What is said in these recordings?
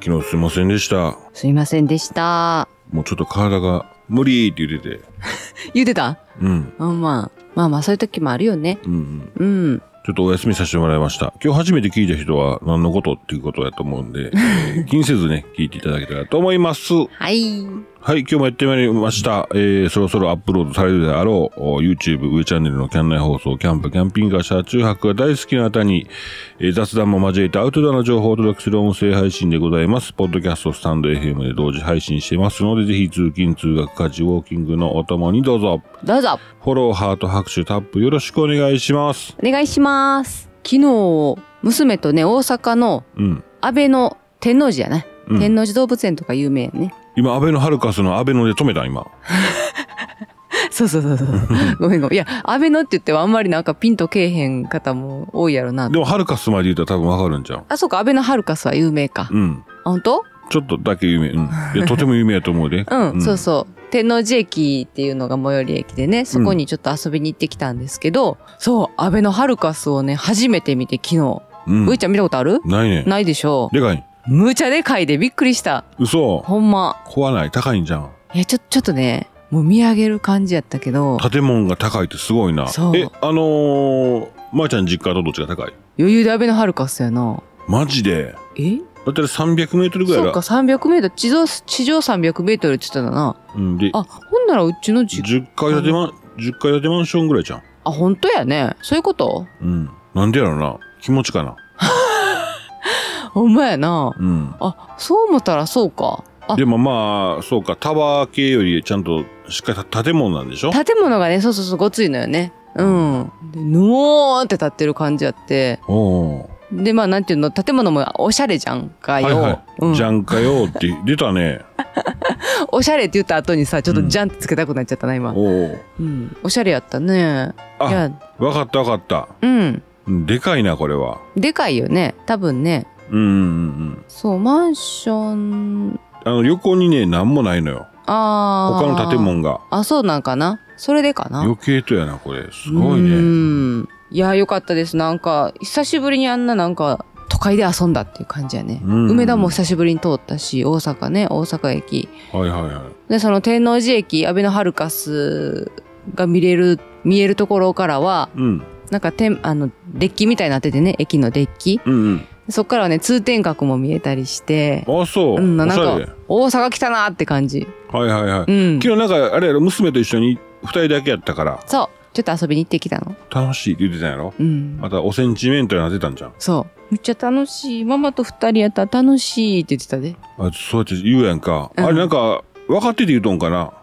昨日すいませんでした。 すいませんでした。 もうちょっと体が無理って言ってて。 言ってた？ うん。 まあそういう時もあるよね。 ちょっとお休みさせてもらいました。今日初めて聞いた人は何のことっていうことやと思うんで、気にせずね、聞いていただけたらと思います。 はい。 はい、今日もやってまいりました。そろそろアップロードされるであろう、YouTube 上チャンネルのキャン内放送、キャンプ、キャンピングカー、車中泊が大好きな方に、雑談も交えたアウトドアの情報をお届けする音声配信でございます。ポッドキャスト、スタンド FM で同時配信していますので、ぜひ通勤、通学、家事、ウォーキングのお供にどうぞ。 どうぞ。 フォロー、ハート、拍手、タップよろしくお願いします。 お願いします。昨日、娘とね、大阪の、安倍の天王寺やね。天王寺動物園とか有名やね。 今、安倍のハルカスの安倍ので止めた今。 そう。ごめん。いや、安倍のって言ってはあんまりなんかピンとけえへん方も多いやろな。 でも、ハルカスまで言ったら多分わかるんちゃう？ あ、そうか、安倍のハルカスは有名か。あ、本当？ ちょっとだけ有名。いや、とても有名やと思うで。 そう。天王寺駅っていうのが最寄り駅でね、そこにちょっと遊びに行ってきたんですけど、そう、安倍のハルカスをね、初めて見て昨日。ういちゃん見たことある？ ないね。 ないでしょ。 でかい？ むちゃでかいでびっくりした。 嘘？ ほんま。 怖ない？高いんじゃん。 いや、ちょっとね、もう見上げる感じやったけど。 建物が高いってすごいな。 そう。 まーちゃん実家とどっちが高い？ 余裕で安倍のハルカスやな。 マジで？だって300メートルぐらい。 そうか、300メートル。地上300メートルって言ったな。 で、 あ、ほんならうちの 10階建てマンションぐらいじゃん。 あ、ほんとやね。そういうこと？ なんでやろな。気持ちかな。 ほんまやな。あ、そう思ったらそうか。 でもまあ、そうか、タワー系よりちゃんとしっかり建物なんでしょ？ 建物がね、そう、ごついのよね。で、ぬおーって立ってる感じやって。で、まあ、なんていうの、建物もおしゃれじゃんかよ。 じゃんかよって出たね。 おしゃれって言った後にさ、ちょっとじゃんってつけたくなっちゃったな、今。おしゃれやったね。 あ、わかった。でかいな、これは。 でかいよね、多分ね。そう、マンション。 横にね、なんもないのよ。他の建物が。 あ、そうなんかな。それでかな。 余計とやな、これ。すごいね。 いや、よかったです。なんか、久しぶりにあんななんか、都会で遊んだっていう感じやね。梅田も久しぶりに通ったし、大阪駅。で、その天王寺駅、安倍のハルカスが見えるところからは、なんかデッキみたいになっててね、駅のデッキ。そっからはね、通天閣も見えたりして。 あ、そう。 なんか、大阪来たなーって感じ。 昨日なんか、あれやろ、娘と一緒に2人だけやったから。 そう。ちょっと遊びに行ってきたの。 楽しいって言ってたんやろ？またおセンチメントになってたんじゃん。 そう。めっちゃ楽しい。ママと2人やったら楽しいって言ってたで。 あ、そうやって言うやんか。あれなんか、分かってて言うとんかな。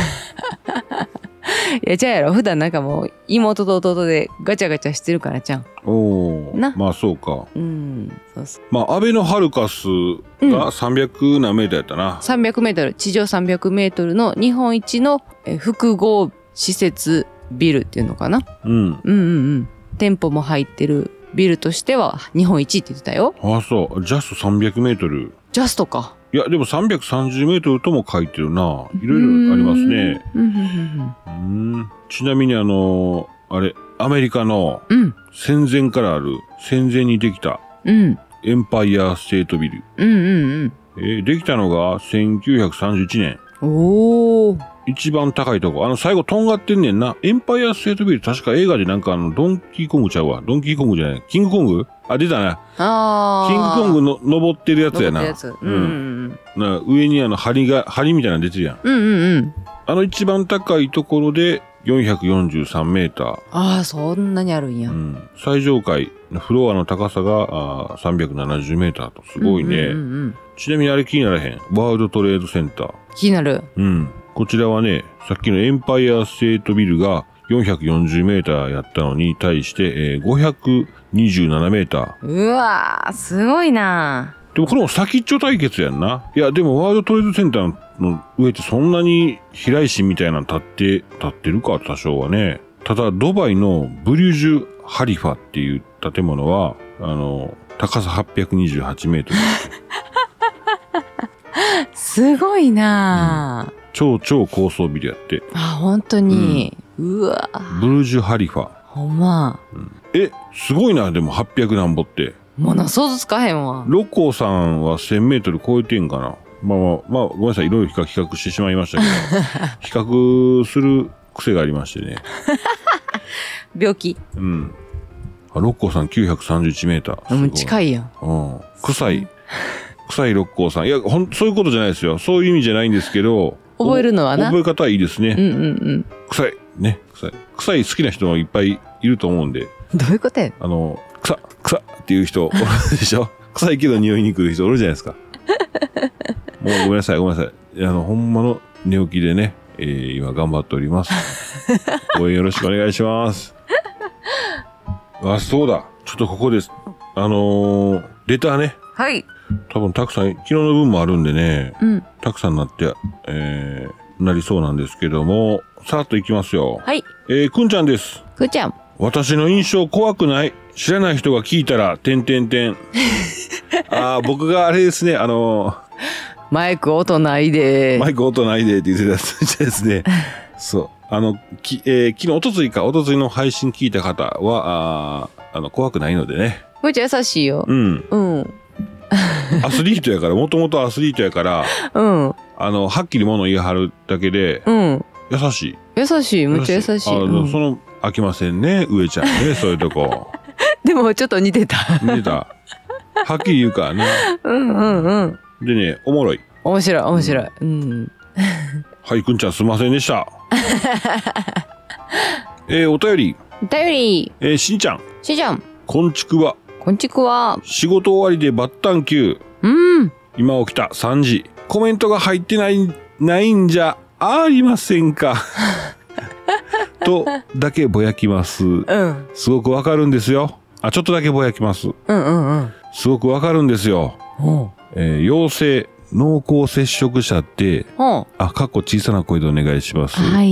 いや、じゃあやろ。普段なんかもう、妹と弟でガチャガチャしてるからじゃん。まあそうか。 そうそう。 まあ、安倍のハルカスが300何メートルやったな。 300メートル。地上300メートルの日本一の複合施設ビルっていうのかな。店舗も入ってるビルとしては日本一って言ってたよ。 あ、そう。ジャスト300メートル。 ジャストか。 いや、でも330メートルとも書いてるな。いろいろありますね。ちなみにあれ、アメリカの戦前からある、戦前にできたエンパイアステートビル。できたのが1931年。一番高いとこ。最後とんがってんねんな。エンパイアステートビル、確か映画でなんかドンキーコングちゃうわ。ドンキーコングじゃない。キングコング？あ、出たな。キングコングの登ってるやつやな。上に針みたいなの出てるやん。一番高いところで443メーター。 ああ、そんなにあるんや。 最上階のフロアの高さが370メーターとすごいね。ちなみにあれ気にならへん。ワールドトレードセンター。 気になる。 こちらはね、さっきのエンパイアステートビルが440メーターやったのに対して、527メーター。 うわー、すごいな。 でもこれも先っちょ対決やんな。いや、でもワールドトレードセンターの上ってそんなに平石みたいなの立ってるか、多少はね。ただ、ドバイのブリュジュ・ハリファっていう建物は、高さ828メートル。 すごいな。 超高層ビルやって。 あ、本当に。うわ。 ブルジュ・ハリファ。 ほんま。 すごいな、でも800なんぼって。 もの想像つかへんわ。 六甲さんは1000メートル超えてんかな。まあ、ごめんなさい。いろいろ比較してしまいましたけど、比較する癖がありましてね。 病気。 うん。六甲さん931メーター。 もう近いやん。 うん。臭い六甲さん。いや、そういうことじゃないですよ。そういう意味じゃないんですけど。 覚えるのはな。 覚え方はいいですね。 うんうんうん。 臭い。ね。臭い好きな人もいっぱいいると思うんで。 どういうことや？ 臭っていう人おるでしょ。臭いけど匂いに来る人おるじゃないですか。もうごめんなさい。ほんまの寝起きでね、今頑張っております。応援よろしくお願いします。あ、そうだ。ちょっとここです。レターね。 はい。 多分たくさん、昨日の分もあるんでね、 うん。 たくさんなって、なりそうなんですけども、さーっといきますよ。 はい。 くんちゃんです。 くんちゃん。 私の印象怖くない？知らない人が聞いたら、僕があれですね、 マイク音ないでって言ってたやつですね。そう。昨日、おとついの配信聞いた方は、怖くないのでね。 くんちゃん優しいよ。 うん。 うん。 アスリートやから、もともとアスリートやから、 うん。 はっきり物言い張るだけで、 うん。 優しい。 むっちゃ優しい。 飽きませんね、上ちゃんね、そういうとこ。 でもちょっと似てた。 はっきり言うからね。 うんうんうん。 でね、おもろい。 面白い。うん。 はい、くんちゃんすいませんでした。お便り。しんちゃん。こんちくわ。仕事終わりでバッタン級。今起きた3時。コメントが入ってないんじゃありませんか。とだけぼやきます。すごくわかるんですよ。ちょっとだけぼやきます。すごくわかるんですよ。陽性濃厚接触者って、かっこ小さな声でお願いします。 はい。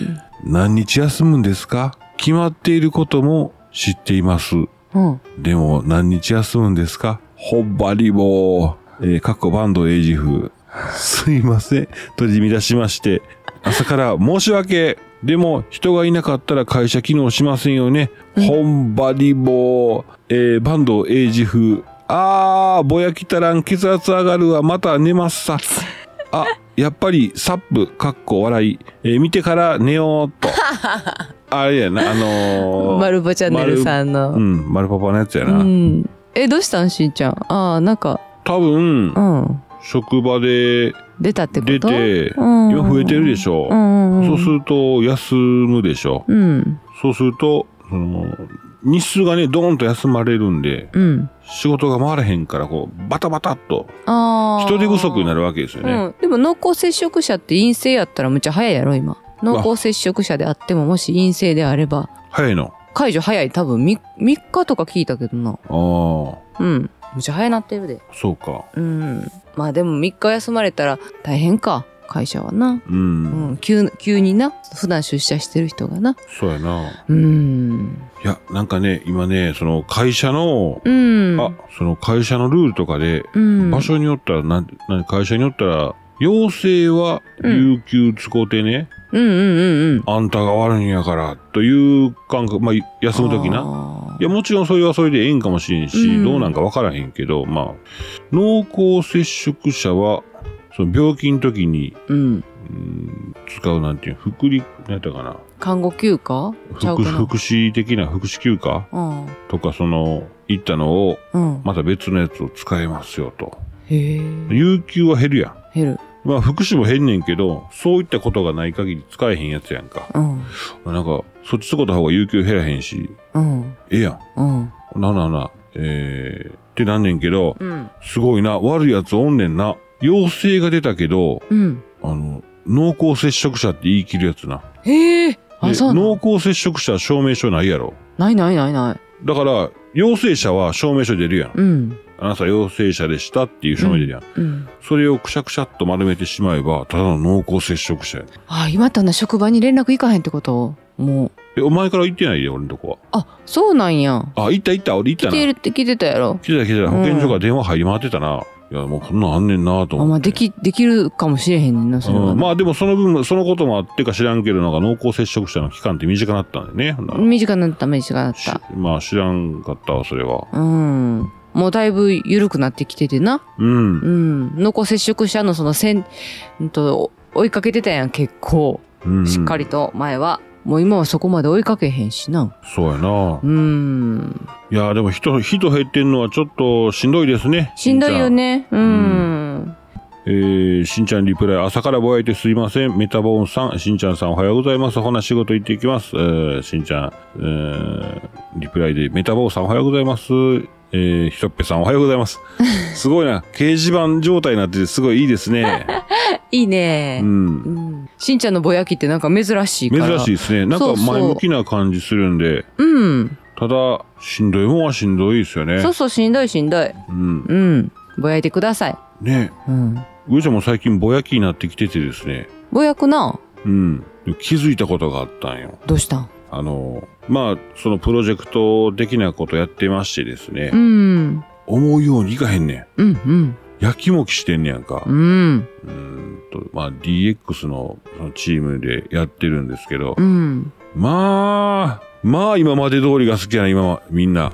何日休むんですか？決まっていることも知っています。でも何日休むんですか？ほっばりぼー。かっこバンドエイジ風。すいません。取り乱しまして。朝から申し訳。でも人がいなかったら会社機能しませんよね。ほんばりぼー。バンドエイジ風。ぼやきたらん血圧上がるわ。また寝ますさ。やっぱりサップ、かっこ笑い。見てから寝ようっと。あれやな、 マルポチャンネルさんの。 マルパパのやつやな。 どうしたんしんちゃん。なんか。 多分、職場で出たってこと？ 出て、今増えてるでしょ。そうすると休むでしょ。そうすると、日数がね、ドーンと休まれるんで、仕事が回らへんから、バタバタっと、人手不足になるわけですよね。 でも濃厚接触者って陰性やったらむっちゃ早いやろ、今。濃厚接触者であっても、もし陰性であれば。 早いの？ 解除早い。多分3日とか聞いたけどな。むっちゃ早なってるで。 そうか。 まあでも3日休まれたら大変か。会社はな。急にな、普段出社してる人がな。 そうやな。いや、なんかね、今ね、その会社の、その会社のルールとかで、場所によったら、会社によったら、要請は有給使うてね、あんたが悪いんやから、という感覚、休むときな。いや、もちろんそれはそれでええんかもしれんし、どうなんかわからへんけど、濃厚接触者は、その病気の時に、使うなんていう、何やったかな。 看護休暇？ 福祉的な福祉休暇とか、行ったのを、また別のやつを使えますよと。有給は減るやん。 減る。 福祉も減んねんけど、そういったことがない限り使えへんやつやんか。なんか、そっち使った方が有給減らへんし、ええやん。ってなんねんけど、すごいな、悪いやつおんねんな。陽性が出たけど、濃厚接触者って言い切るやつな。 そうなの？濃厚接触者証明書ないやろ。 ない。 だから、陽性者は証明書出るやん。あなた陽性者でしたっていう証明出るやん。それをくしゃくしゃっと丸めてしまえば、ただの濃厚接触者や。 今って職場に連絡行かへんってこと？もう。お前から行ってないで、俺のとこは。 そうなんや。 行った。俺行ったな。 来てたやろ。 来てた。保健所が電話入り回ってたな。いや、もうこんなんあんねんなと思って。 できるかもしれへんねんな、それは。 でもその分、そのこともあってか知らんけど、なんか濃厚接触者の期間って短くなったんだよね。 短くなった。 知らんかったわ、それは。 もうだいぶ緩くなってきててな。濃厚接触者のその追いかけてたやん、結構。しっかりと前は。もう今はそこまで追いかけへんしな。 そうやな。いや、でも人減ってんのはちょっとしんどいですね。 しんどいよね。 しんちゃんリプライ、朝からぼやいてすいません。メタボーンさん、しんちゃんさんおはようございます。ほな仕事行ってきます。しんちゃん、リプライで、メタボーンさんおはようございます。ひとっぺさんおはようございます。すごいな。掲示板状態になっててすごいいいですね。 いいね。しんちゃんのぼやきってなんか珍しいから。 珍しいですね。なんか前向きな感じするんで。ただ、しんどいもんはしんどいですよね。 そうそう、しんどい。ぼやいてください。 ね。上ちゃんも最近ぼやきになってきててですね。 ぼやくな。 気づいたことがあったんよ。 どうしたん？ まあ、そのプロジェクト的なことやってましてですね。思うようにいかへんねん。やきもきしてんねやんか。まあ DX のチームでやってるんですけど。まあ今まで通りが好きやな、みんな。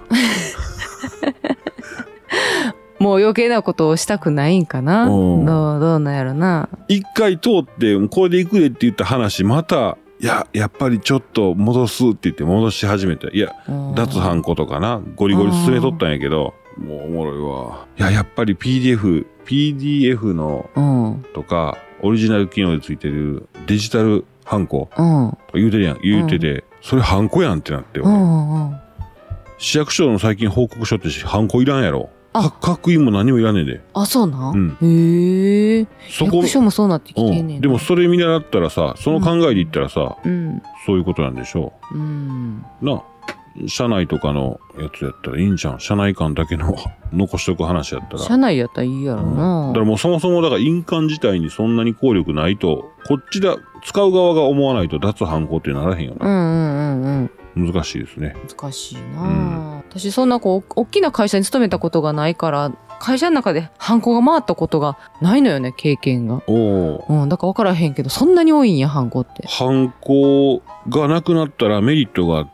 もう余計なことをしたくないんかな。どうなんやろな。 一回通って、これで行くでって言った話、また、やっぱりちょっと戻すって言って戻し始めた。いや、脱ハンコとかな、ゴリゴリ進めとったんやけど、もうおもろいわ。やっぱり PDF の、とか、オリジナル機能でついてるデジタルハンコ、言うてて、それハンコやんってなって、市役所の最近報告書ってハンコいらんやろ。確認も何もいらんねんで。 そうなん？へえ。役所もそうなってきてんねん。 でもそれ見習ったらさ、その考えで言ったらさ、そういうことなんでしょう。な、社内とかのやつやったらいいんじゃん。社内間だけの残しとく話やったら。 社内やったらいいやろな。 だからもうそもそもだから印鑑自体にそんなに効力ないと、こっちだ、使う側が思わないと脱ハンコってならへんよな。難しいですね。 難しいな。私そんな大きな会社に勤めたことがないから、会社の中でハンコが回ったことがないのよね、経験が。だから分からへんけど、そんなに多いんや、ハンコって。 ハンコがなくなったらメリットがあって、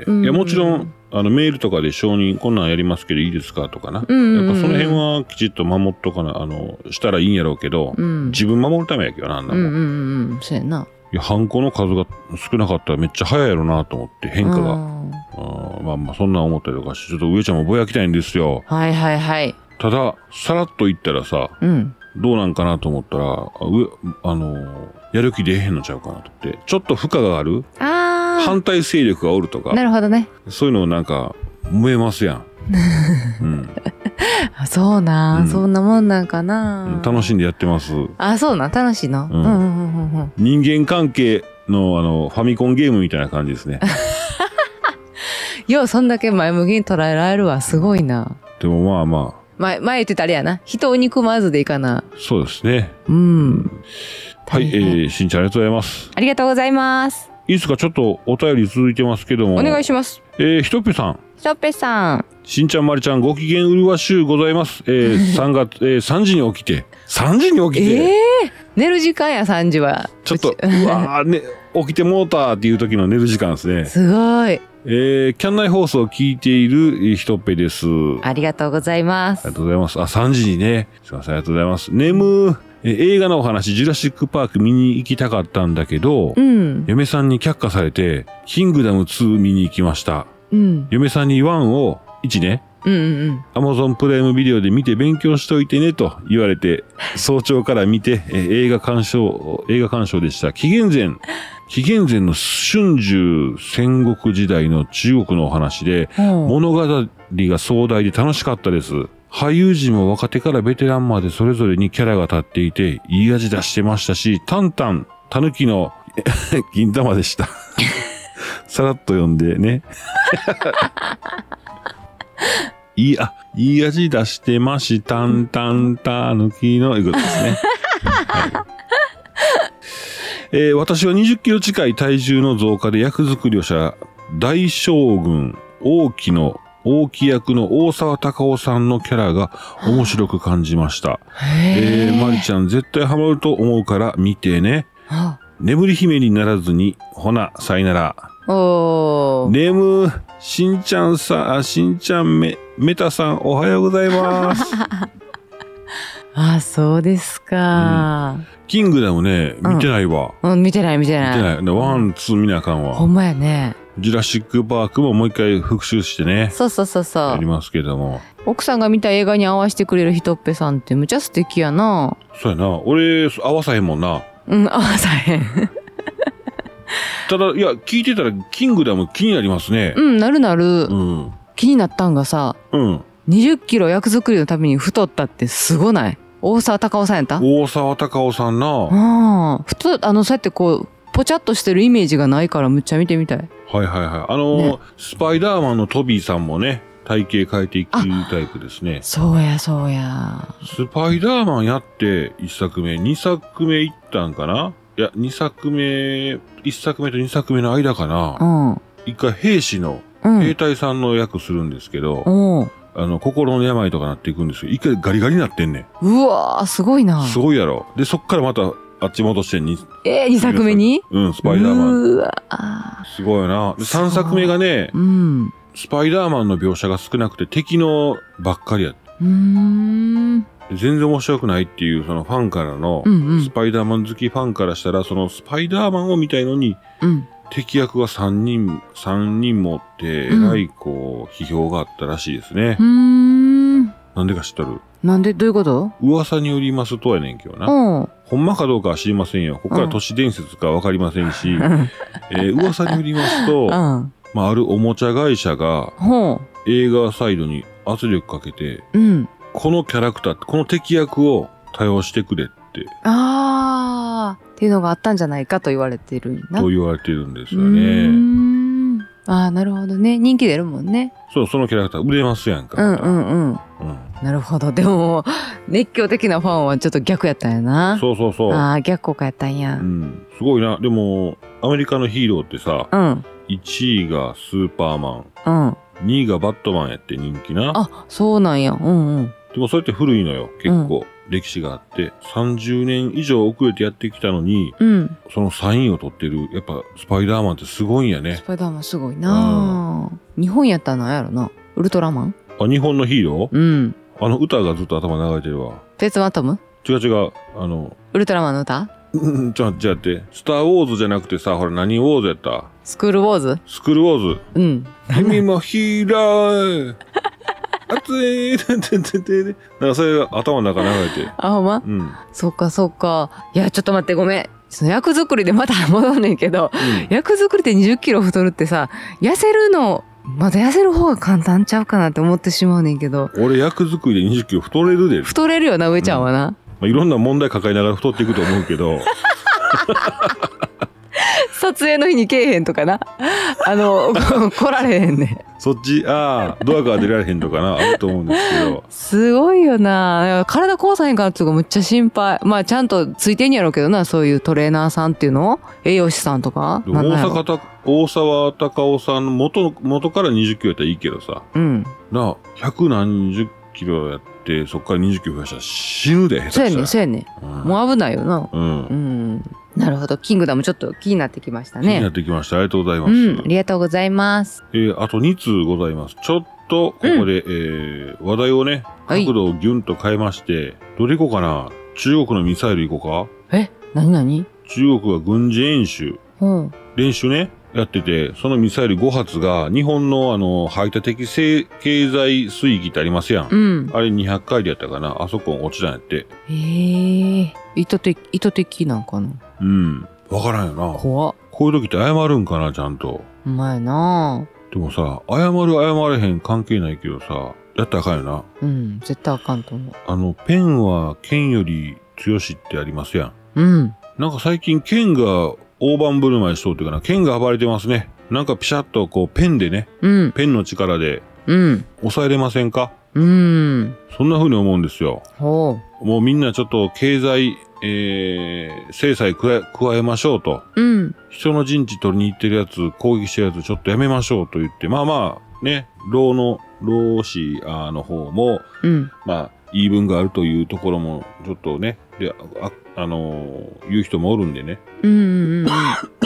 いやもちろん、メールとかで承認、こんなんやりますけどいいですかとかな。やっぱその辺はきちっと守っとかな、したらいいんやろうけど、自分守るためやけどな、あんなもん。 そうやな。 ハンコの数が少なかったらめっちゃ早いやろなと思って、変化が。まあそんな思ったりとかして、ちょっと上ちゃんもぼやきたいんですよ。ただ、さらっと言ったらさ、どうなんかなと思ったら、やる気出えへんのちゃうかなと思って、ちょっと負荷がある反対勢力がおるとか。 なるほどね。 そういうのなんか、燃えますやん。 そうな、そんなもんなんかな。 楽しんでやってます。 そうな、楽しいの。 人間関係のファミコンゲームみたいな感じですね。 ようそんだけ前向きに捉えられるわ、すごいな。 でもまあ。 前言ってたあれやな。人を憎まずでいいかな。 そうですね。はい、しんちゃんありがとうございます。 ありがとうございます。 いいですか、ちょっとお便り続いてますけども。 お願いします。 ひとっぺさん。 ひとっぺさん。 しんちゃんまりちゃんご機嫌うるわしゅうございます。3月、3時に起きて。3時に起きて。 寝る時間や、3時は。 ちょっと、ね、起きてもうたっていう時の寝る時間ですね。 すごい。 キャン内放送を聞いているひとっぺです。 ありがとうございます。 ありがとうございます。3時にね。すいません、ありがとうございます。映画のお話、ジュラシックパーク見に行きたかったんだけど、嫁さんに却下されて、キングダム2見に行きました。嫁さんに1を、1ね。Amazon プライムビデオで見て勉強しといてねと言われて、早朝から見て、映画鑑賞でした。紀元前の春秋戦国時代の中国のお話で、物語が壮大で楽しかったです。俳優陣も若手からベテランまでそれぞれにキャラが立っていて、いい味出してましたし、タンタン、タヌキの銀玉でした。さらっと読んでね。いい味出してまし、タンタンタヌキのいうことですね。私は20キロ近い体重の増加で役作りをした大将軍王毅役の大沢たかおさんのキャラが面白く感じました。まりちゃん絶対ハマると思うから見てね。眠り姫にならずに、ほな、さいなら。しんちゃんメタさんおはようございます。 あ、そうですか、 キングダムね、見てないわ。 見てない。 ワン、ツー見なあかんわ。 ほんまやね。 ジュラシックパークももう一回復習してね。 そう。 やりますけども。 奥さんが見た映画に合わせてくれるひとっぺさんってむちゃ素敵やな。 そうやな。俺、合わさへんもんな。 合わさへん。 ただ、いや、聞いてたら、キングダム気になりますね。 なる。気になったんがさ、20キロ役作りのために太ったってすごない？大沢たかおさんやった？ 大沢たかおさんな。 そうやってこう、ぽちゃっとしてるイメージがないからむっちゃ見てみたい。 はい。スパイダーマンのトビーさんもね、体型変えていくタイプですね。 そうや。スパイダーマンやって1作目、2作目行ったんかな？いや、1作目と2作目の間かな。一回兵士の、兵隊さんの役するんですけど、心の病とかなっていくんですけど、一回ガリガリになってんねん。 うわー、すごいな。 すごいやろ。で、そっからまた、あっち戻して 2作目に？ スパイダーマン。 うわすごいよな。で、3作目がね、スパイダーマンの描写が少なくて敵のばっかりやった。全然面白くないっていうそのファンからの、スパイダーマン好きファンからしたら、そのスパイダーマンを見たいのに、敵役が3人もって、えらいこう、批評があったらしいですね。なんでか知っとる？ なんで？どういうこと？ 噂によりますとやねんけどな。ほんまかどうかは知りませんよ。ここから都市伝説かわかりませんし、噂によりますと、あるおもちゃ会社が、映画サイドに圧力かけて、このキャラクター、この敵役を多用してくれって。 っていうのがあったんじゃないかと言われてるんだ。 と言われてるんですよね。 なるほどね。人気出るもんね。 そう、そのキャラクター売れますやんか。 なるほど。でも、熱狂的なファンはちょっと逆やったんやな。 そう。 逆効果やったんや。 すごいな。でも、アメリカのヒーローってさ、1位がスーパーマン、2位がバットマンやって人気な。 そうなんや。 でもそれって古いのよ。結構、歴史があって。30年以上遅れてやってきたのに、その3位を取ってる、やっぱスパイダーマンってすごいんやね。 スパイダーマンすごいな。日本やったらなんやろな。ウルトラマン？ 日本のヒーロー？歌がずっと頭流れてるわ。 鉄腕アトム？ 違う。 ウルトラマンの歌？ じゃあって。スターウォーズじゃなくてさ、ほら何ウォーズやった？ スクールウォーズ？ スクールウォーズ。君も広い。熱い。だからそれが頭の中流れて。 ほんま？そっか。いや、ちょっと待って、ごめん。その役作りでまた戻んねんけど、役作りで20キロ太るってさ、痩せる方が簡単ちゃうかなって思ってしまうねんけど。 俺役作りで20キロ太れるで。 太れるよな、上ちゃんはな。 いろんな問題抱えながら太っていくと思うけど。 撮影の日にけえへんとかな。来られへんねん。 そっち、ドアから出られへんとかな、あると思うんですけど。 すごいよな。体壊さへんからっていうかむっちゃ心配。ちゃんとついてんやろうけどな、そういうトレーナーさんっていうの？栄養士さんとか。 大沢たかおさん元から20キロやったらいいけどさ。100何十キロやって、そっから20キロ増やしたら死ぬで、 そうやね。もう危ないよな。なるほど。キングダムちょっと気になってきましたね。 気になってきました。ありがとうございます。 ありがとうございます。 あと2通ございます。ちょっと、ここで、話題をね、角度をギュンと変えまして、どれ行こうかな。中国のミサイル行こうか。 何？ 中国が軍事演習。練習ね、やってて、そのミサイル5発が、日本の排他的経済水域ってありますやん。あれ200回でやったかな。あそこ落ちたんやって。 意図的なんかな。 わからんよな。 怖っ。 こういう時って謝るんかな、ちゃんと。 うまいな。 でもさ、謝れへん関係ないけどさ、やったらあかんよな。 絶対あかんと思う。 ペンは剣より強しってありますやん。なんか最近剣が大盤振る舞いしそうっていうかな、剣が暴れてますね。なんかピシャッとこうペンでね、ペンの力で、抑えれませんか？そんな風に思うんですよ。もうみんなちょっと経済、制裁加えましょうと。人の陣地取りに行ってるやつ、攻撃してるやつちょっとやめましょうと言って、ね、労使の方も、言い分があるというところも、ちょっとね、で、言う人もおるんでね。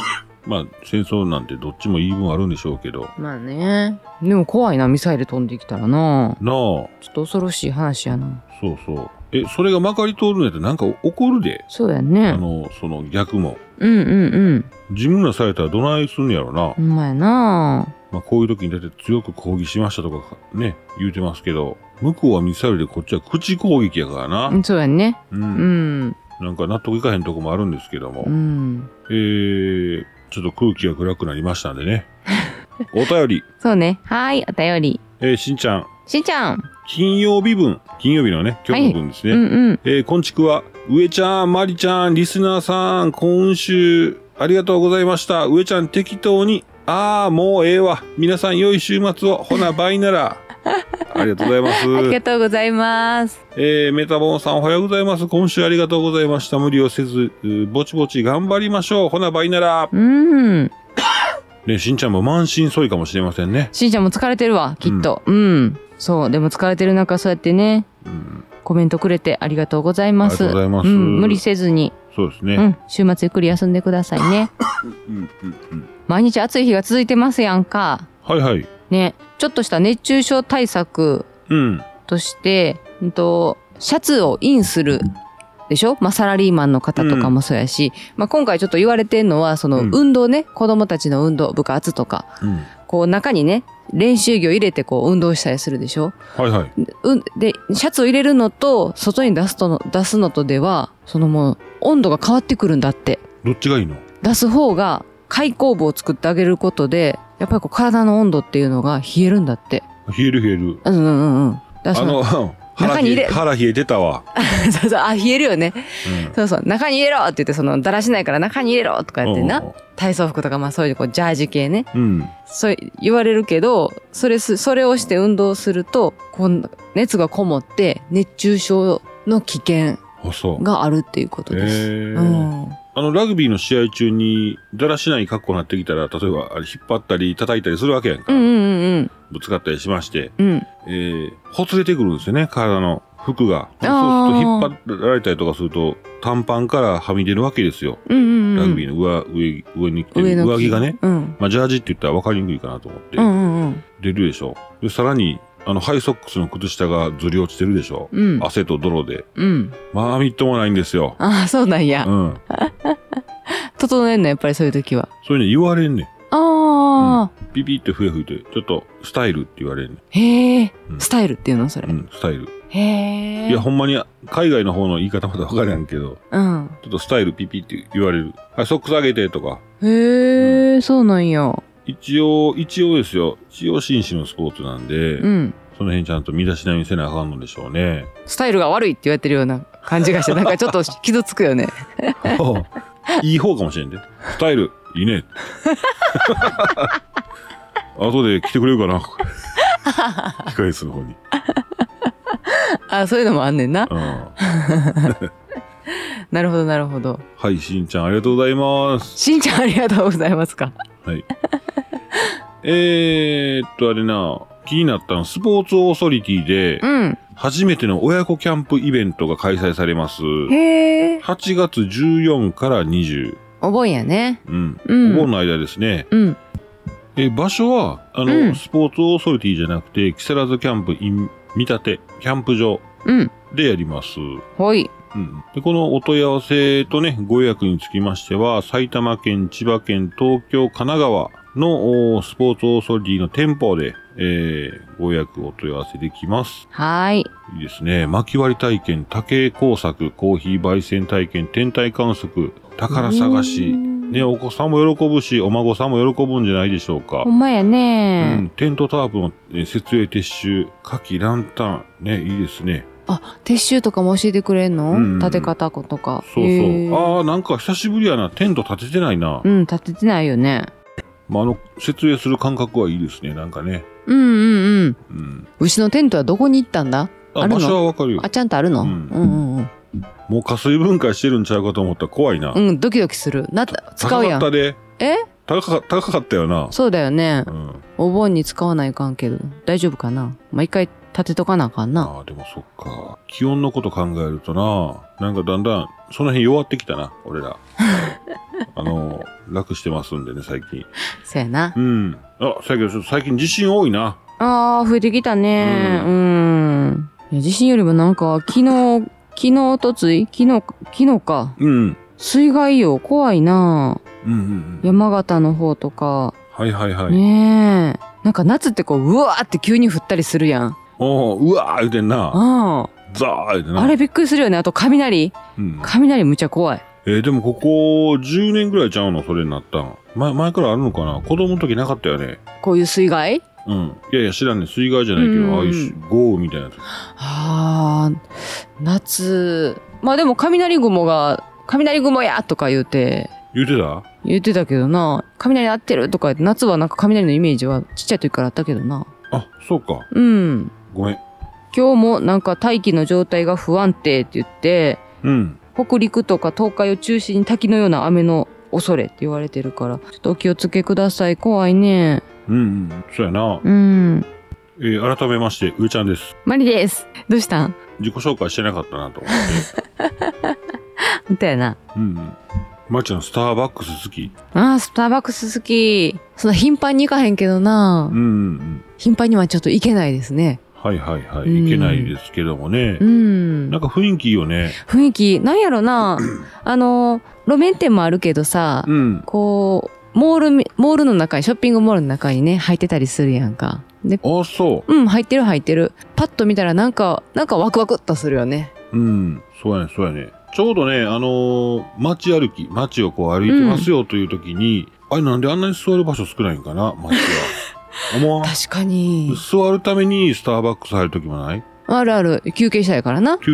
まあ戦争なんてどっちも言い分あるんでしょうけど。 まあね。でも怖いな、ミサイル飛んできたらな。 なあ。ちょっと恐ろしい話やな。 そうそう。それがまかり通るんやったらなんか起こるで。 そうやね。 その逆も。 うんうんうん。 自分らされたらどないすんやろな。 ほんまやな。 まあこういう時にだって強く抗議しましたとかね、言うてますけど、向こうはミサイルでこっちは口攻撃やからな。 そうやね。 うん。なんか納得いかへんとこもあるんですけども。ちょっと空気が暗くなりましたんでね。お便り。 そうね。はい、お便り。 しんちゃん。 しんちゃん。 金曜日のね、今日の分ですね。こんちくわ。上ちゃん、まりちゃん、リスナーさん、今週、ありがとうございました。上ちゃん適当に。もうええわ。皆さん良い週末を。ほな、バイなら。ありがとうございます。 ありがとうございます。 メタボンさんおはようございます。今週ありがとうございました。無理をせず、ぼちぼち頑張りましょう。ほな、バイなら。ね、しんちゃんも満身創痍かもしれませんね。 しんちゃんも疲れてるわ、きっと。そう、でも疲れてる中、そうやってね、コメントくれてありがとうございます。 ありがとうございます。 無理せずに。 そうですね。 週末ゆっくり休んでくださいね。毎日暑い日が続いてますやんか。 はいはい。 ね、ちょっとした熱中症対策として、シャツをインするでしょ、サラリーマンの方とかもそうやし、今回ちょっと言われてんのは、その運動ね、子供たちの運動、部活とか、こう中にね、練習着を入れてこう運動したりするでしょ。 はいはい。 で、シャツを入れるのと、外に出すのとでは、もう温度が変わってくるんだって。 どっちがいいの？ 出す方が開口部を作ってあげることで、やっぱりこう体の温度っていうのが冷えるんだって。 冷える。中に入れ、腹冷えてたわ。 そうそう、冷えるよね。そうそう、中に入れろって言って、だらしないから中に入れろとか言ってな。体操服とか、そういうこうジャージ系ね。そう言われるけど、それをして運動すると、熱がこもって熱中症の危険があるっていうことです。 ラグビーの試合中にだらしない格好になってきたら、例えば引っ張ったり叩いたりするわけやんか。ぶつかったりしまして、ほつれてくるんですよね、体の服が。そうすると引っ張られたりとかすると、短パンからはみ出るわけですよ。ラグビーの上に着てる上着がね。ジャージって言ったら分かりにくいかなと思って。出るでしょ。で、さらに、ハイソックスの靴下がずり落ちてるでしょ。汗と泥で。みっともないんですよ。 そうなんや。整えんの、やっぱりそういう時は。 そういうの言われんねん。ピピって笛吹いて、ちょっとスタイルって言われんねん。 へえ、スタイルっていうのそれ。 スタイル。 へえ。 いや、ほんまに、海外の方の言い方まだ分からんけど、ちょっとスタイルピピって言われる。はい、ソックス上げてとか。 へえ、そうなんや。 一応ですよ。一応紳士のスポーツなんで、その辺ちゃんと身だしなみにせなあかんのでしょうね。 スタイルが悪いって言われてるような感じがして、なんかちょっと傷つくよね。 いい方かもしれんで。スタイル、いいね。後で来てくれるかな。控え室の方に。 そういうのもあんねんな。なるほど、なるほど。 はい、しんちゃんありがとうございます。 しんちゃんありがとうございますか。 はい。あれな、気になったの、スポーツオーソリティで、初めての親子キャンプイベントが開催されます。8月14から20。 お盆やね。 お盆の間ですね。場所は、スポーツオーソリティじゃなくて、木更津キャンプ in 見立てキャンプ場でやります。 はい。 で、このお問い合わせとね、ご予約につきましては、埼玉県、千葉県、東京、神奈川のスポーツオーソリティの店舗で、ご予約お問い合わせできます。 はい。 いいですね。薪割り体験、竹工作、コーヒー焙煎体験、天体観測、宝探し。ね、お子さんも喜ぶし、お孫さんも喜ぶんじゃないでしょうか。 ほんまやね。 テントタープの設営撤収、火器、ランタン。ね、いいですね。 撤収とかも教えてくれんの？立て方とか。 そうそう。なんか久しぶりやな。テント立ててないな。 立ててないよね。 設営する感覚はいいですね、なんかね。 牛のテントはどこに行ったんだ？あるの？ 場所はわかるよ。 ちゃんとあるの？ もう加水分解してるんちゃうかと思ったら怖いな。 ドキドキする。使うやん。 高かったで。高かったよな。 そうだよね。お盆に使わないかんけど、大丈夫かな？一回立てとかなあかんな。 でもそっか。気温のこと考えるとな、なんかだんだん、その辺弱ってきたな、俺ら。 楽してますんでね、最近。 そうやな。 うん。最近地震多いな。 ああ、増えてきたね。いや、地震よりもなんか、昨日か。 うん。 水害よ、怖いな。 うんうんうん。 山形の方とか。 はいはいはい。 ねえ。なんか夏ってこう、うわーって急に降ったりするやん。 おうわー言うてんな。ザー言うてな。 あれびっくりするよね。あと雷。雷むちゃ怖い。 でもここ10年ぐらいちゃうのそれになったん。前からあるのかな。子供の時なかったよね。 こういう水害？ うん。いや知らんね。水害じゃないけど、ああいう豪雨みたいなやつ。 夏。まあでも雷雲やとか言ってたけどな。雷鳴ってるとか言って、夏はなんか雷のイメージはちっちゃい時からあったけどな。 あ、そうか。 うん。 ごめん。 今日もなんか大気の状態が不安定って言って、 うん。 北陸とか東海を中心に滝のような雨の恐れって言われてるから、ちょっとお気をつけください。怖いね。 うん、そうやな。 うん。 改めまして、うーちゃんです。 マリです。どうしたん？ 自己紹介してなかったなと思って。 本当やな。 うん。まーちゃん、スターバックス好き？ スターバックス好き。そんな頻繁に行かへんけどな。頻繁にはちょっと行けないですね。 はいはいはい。いけないですけどもね。なんか雰囲気いいよね。 雰囲気、なんやろな。路面店もあるけどさ、こう、モールの中に、ショッピングモールの中にね、入ってたりするやんか。で、 そう。 入ってる。パッと見たらなんかワクワクっとするよね。 そうやね。ちょうどね、街をこう歩いてますよという時に、なんであんなに座る場所少ないんかな、街は。 確かに。 座るためにスターバックス入る時もない？ ある。休憩したいからな。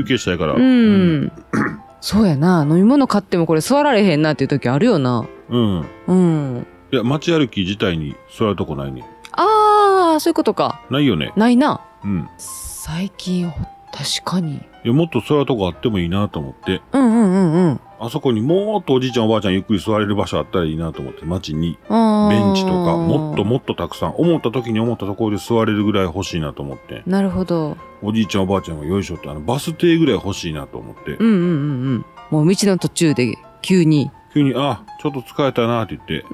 そうやな。飲み物買ってもこれ座られへんなっていう時あるよな。いや、街歩き自体に座るとこないね。 そういうことか。 ないよね。 ないな。最近、確かに。 いや、もっと座るとこあってもいいなと思って。あそこにもっとおじいちゃんおばあちゃんゆっくり座れる場所あったらいいなと思って、街に。ベンチとか、もっとたくさん、思った時に思ったところで座れるぐらい欲しいなと思って。 なるほど。 おじいちゃんおばあちゃんがよいしょって、バス停ぐらい欲しいなと思って。 もう道の途中で、急に、 ちょっと疲れたなって言って。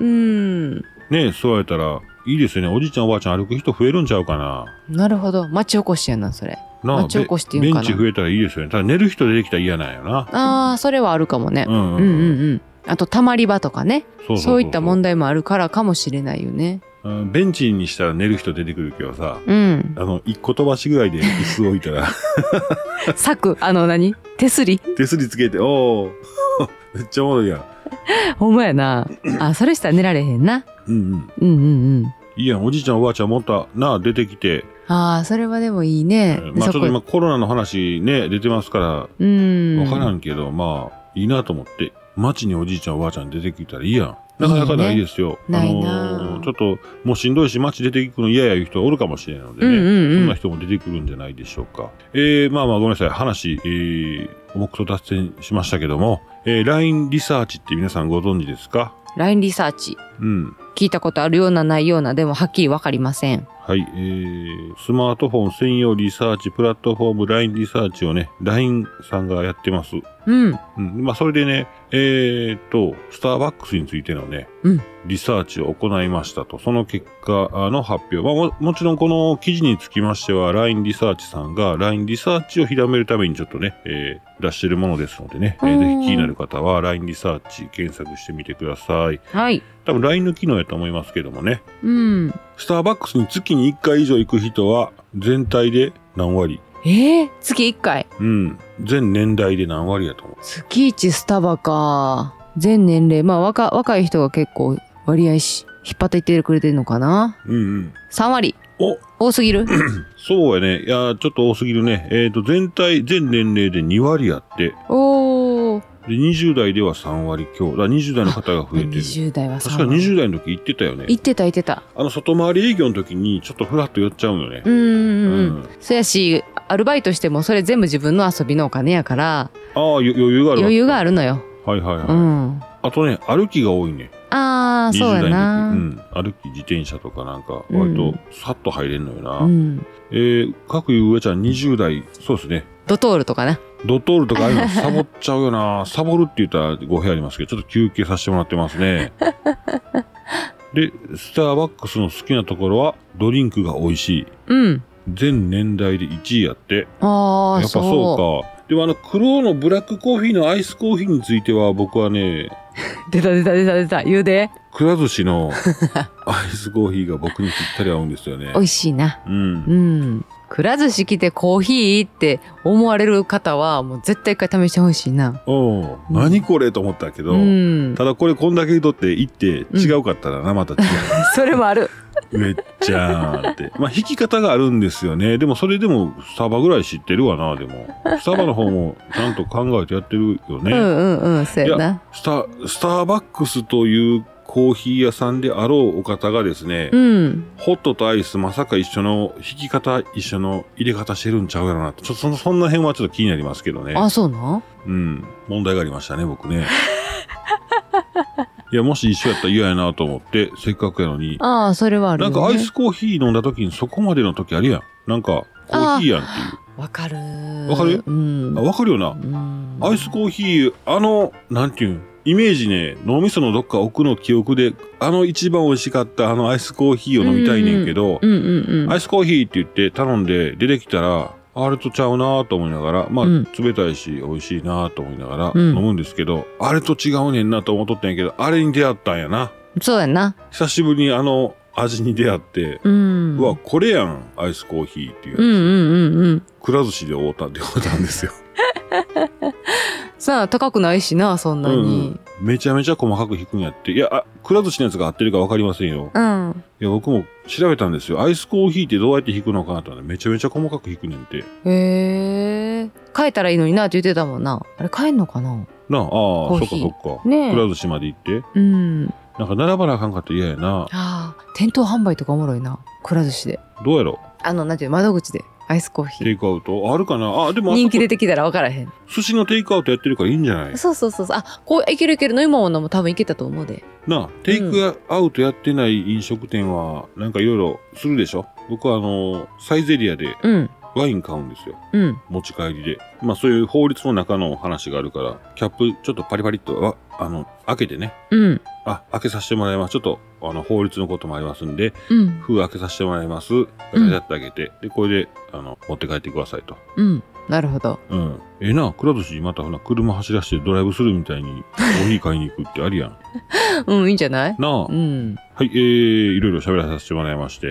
ね座れたら、いいですよね。おじいちゃんおばあちゃん歩く人増えるんちゃうかな。 なるほど。町おこしやな、それ。町おこしっていうかな。 ベンチ増えたらいいですよね。ただ寝る人出てきたら嫌なんよな。 それはあるかもね。あと、たまり場とかね。そういった問題もあるからかもしれないよね。 ベンチにしたら寝る人出てくるけどさ。一個飛ばしぐらいで椅子置いたら。 柵、手すりつけて、めっちゃおもろいやん。 ほんまやな。それしたら寝られへんな。 いいやん、おじいちゃんおばあちゃんもったな、出てきて。 それはでもいいね。 ちょっと今コロナの話ね、出てますから、わからんけど、いいなと思って、街におじいちゃんおばあちゃん出てきたらいいやん。なかなかないですよ。 ないな。 ちょっと、もうしんどいし、街出てくの嫌やいう人おるかもしれないのでね、そんな人も出てくるんじゃないでしょうか。ごめんなさい、話、重くと脱線しましたけども、LINE リサーチって皆さんご存知ですか？ LINE リサーチ。聞いたことあるようなないような、でもはっきりわかりません。 はい、スマートフォン専用リサーチプラットフォーム LINE リサーチをね、LINE さんがやってます。それでね、スターバックスについてのね、リサーチを行いましたと。その結果の発表。もちろんこの記事につきましては、LINE リサーチさんが LINE リサーチを広めるためにちょっとね、出してるものですのでね、ぜひ気になる方は LINE リサーチ検索してみてください。 はい。 多分 LINE の機能やと思いますけどもね。スターバックスに月に1回以上行く人は全体で何割？ 月1回？ 全年代で何割やと思う？ 月1スタバか。全年齢。若い人が結構割合引っ張っていってくれてるのかな。3割。多すぎる？ そうやね。いや、ちょっと多すぎるね。全年齢で2割やって。で、20代では3割強。20代の方が増えてる。 20代は3割。 確か20代の時行ってたよね。 行ってた。 外回り営業の時にちょっとフラッと寄っちゃうよね。 そうやし、アルバイトしてもそれ全部自分の遊びのお金やから。 余裕がある。 余裕があるのよ。 あとね、歩きが多いね。 そうやな。 歩き自転車とかなんか、割とさっと入れんのよな。各いう上ちゃん20代、そうですね。 ドトールとかな。 ドトールとかああいうのサボっちゃうよな。サボるって言ったら語弊ありますけど、ちょっと休憩させてもらってますね。で、スターバックスの好きなところは、ドリンクが美味しい。 うん。 全年代で1位やって。 ああ、 やっぱそうか。でも黒のブラックコーヒーのアイスコーヒーについては僕はね、 出た、言うで。 くら寿司のアイスコーヒーが僕にぴったり合うんですよね。 美味しいな。 うん。うん。くら寿司来てコーヒーって思われる方はもう絶対一回試してほしいな。 何これと思ったけど、ただこれこんだけとって行って違うかったらな、また違う。 それもある。 めっちゃーって。まあ、弾き方があるんですよね。でもそれでもスタバぐらい知ってるわな、でも。スタバの方もちゃんと考えてやってるよね。 そうやな。 スターバックスというコーヒー屋さんであろうお方がですね、ホットとアイスまさか一緒の弾き方、一緒の入れ方してるんちゃうやろなって。そんな辺はちょっと気になりますけどね。 あ、そうな？ 問題がありましたね、僕ね。いや、もし一緒やったら嫌やなと思って、せっかくやのに。 ああ、それはあるよね。 なんかアイスコーヒー飲んだ時にそこまでの時あるやん。なんか、コーヒーやんっていう。 わかる。 わかる？わかるよな。アイスコーヒー、なんていうん、イメージね、脳みそのどっか奥の記憶で、一番美味しかったアイスコーヒーを飲みたいねんけど、アイスコーヒーって言って頼んで出てきたら、あれとちゃうなと思いながら、まあ、冷たいし美味しいなと思いながら飲むんですけど、あれと違うねんなと思っとったんやけど、あれに出会ったんやな。 そうやな。 久しぶりに味に出会って、うわ、これやん、アイスコーヒーっていうやつ。くら寿司で会うたんですよ。 さあ、高くないしな、そんなに。 めちゃめちゃ細かく弾くんやって。いや、くら寿司のやつが合ってるか分かりませんよ。いや、僕も調べたんですよ。アイスコーヒーってどうやって弾くのかなと思って、めちゃめちゃ細かく弾くねんて。 へえ。変えたらいいのになって言ってたもんな。あれ変えんのかな？ そっか。くら寿司まで行って。なんか並ばなあかんかったら嫌やな。 店頭販売とかおもろいな。くら寿司で。 どうやろ？ なんていう窓口で。アイスコーヒー。 テイクアウトあるかな。でも人気出てきたら分からへん。 寿司のテイクアウトやってるからいいんじゃない？ そう。いける飲み物も多分いけたと思うで。 テイクアウトやってない飲食店は、なんかいろいろするでしょ？僕はサイゼリアで、ワイン買うんですよ。持ち帰りで。まあそういう法律の中の話があるから、キャップちょっとパリパリっと、開けてね。開けさせてもらいます。ちょっと、法律のこともありますんで、封開けさせてもらいます。やってあげて。で、これで、持って帰ってくださいと。 なるほど。 くら寿司また車走らせてドライブするみたいに、コーヒー買いに行くってありやん。 いいんじゃない？ はい、いろいろ喋らさせてもらいまして、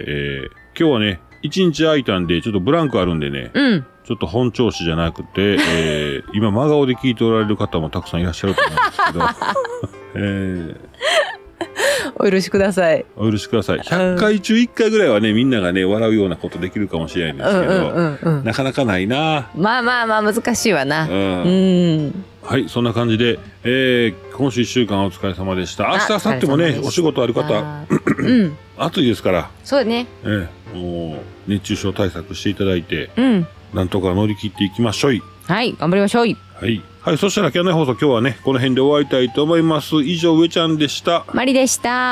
今日はね、一日空いたんで、ちょっとブランクあるんでね、ちょっと本調子じゃなくて、今真顔で聞いておられる方もたくさんいらっしゃると思うんですけど、 お許しください。 お許しください。100回中1回ぐらいはね、みんながね、笑うようなことできるかもしれないんですけど、なかなかないな。 まあ難しいわな。 はい、そんな感じで、今週1週間お疲れ様でした。明日、明後日もね、お仕事ある方、暑いですから。 そうね。 もう、熱中症対策していただいて、なんとか乗り切っていきましょい。 はい、頑張りましょう。 はい、そしたらキャンナイ放送今日はね、この辺で終わりたいと思います。以上、上ちゃんでした。 マリでした。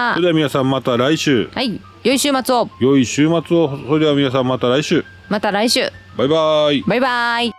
それでは皆さんまた来週。 はい、良い週末を。 良い週末を。それでは皆さんまた来週。 また来週。 バイバイ。 バイバイ。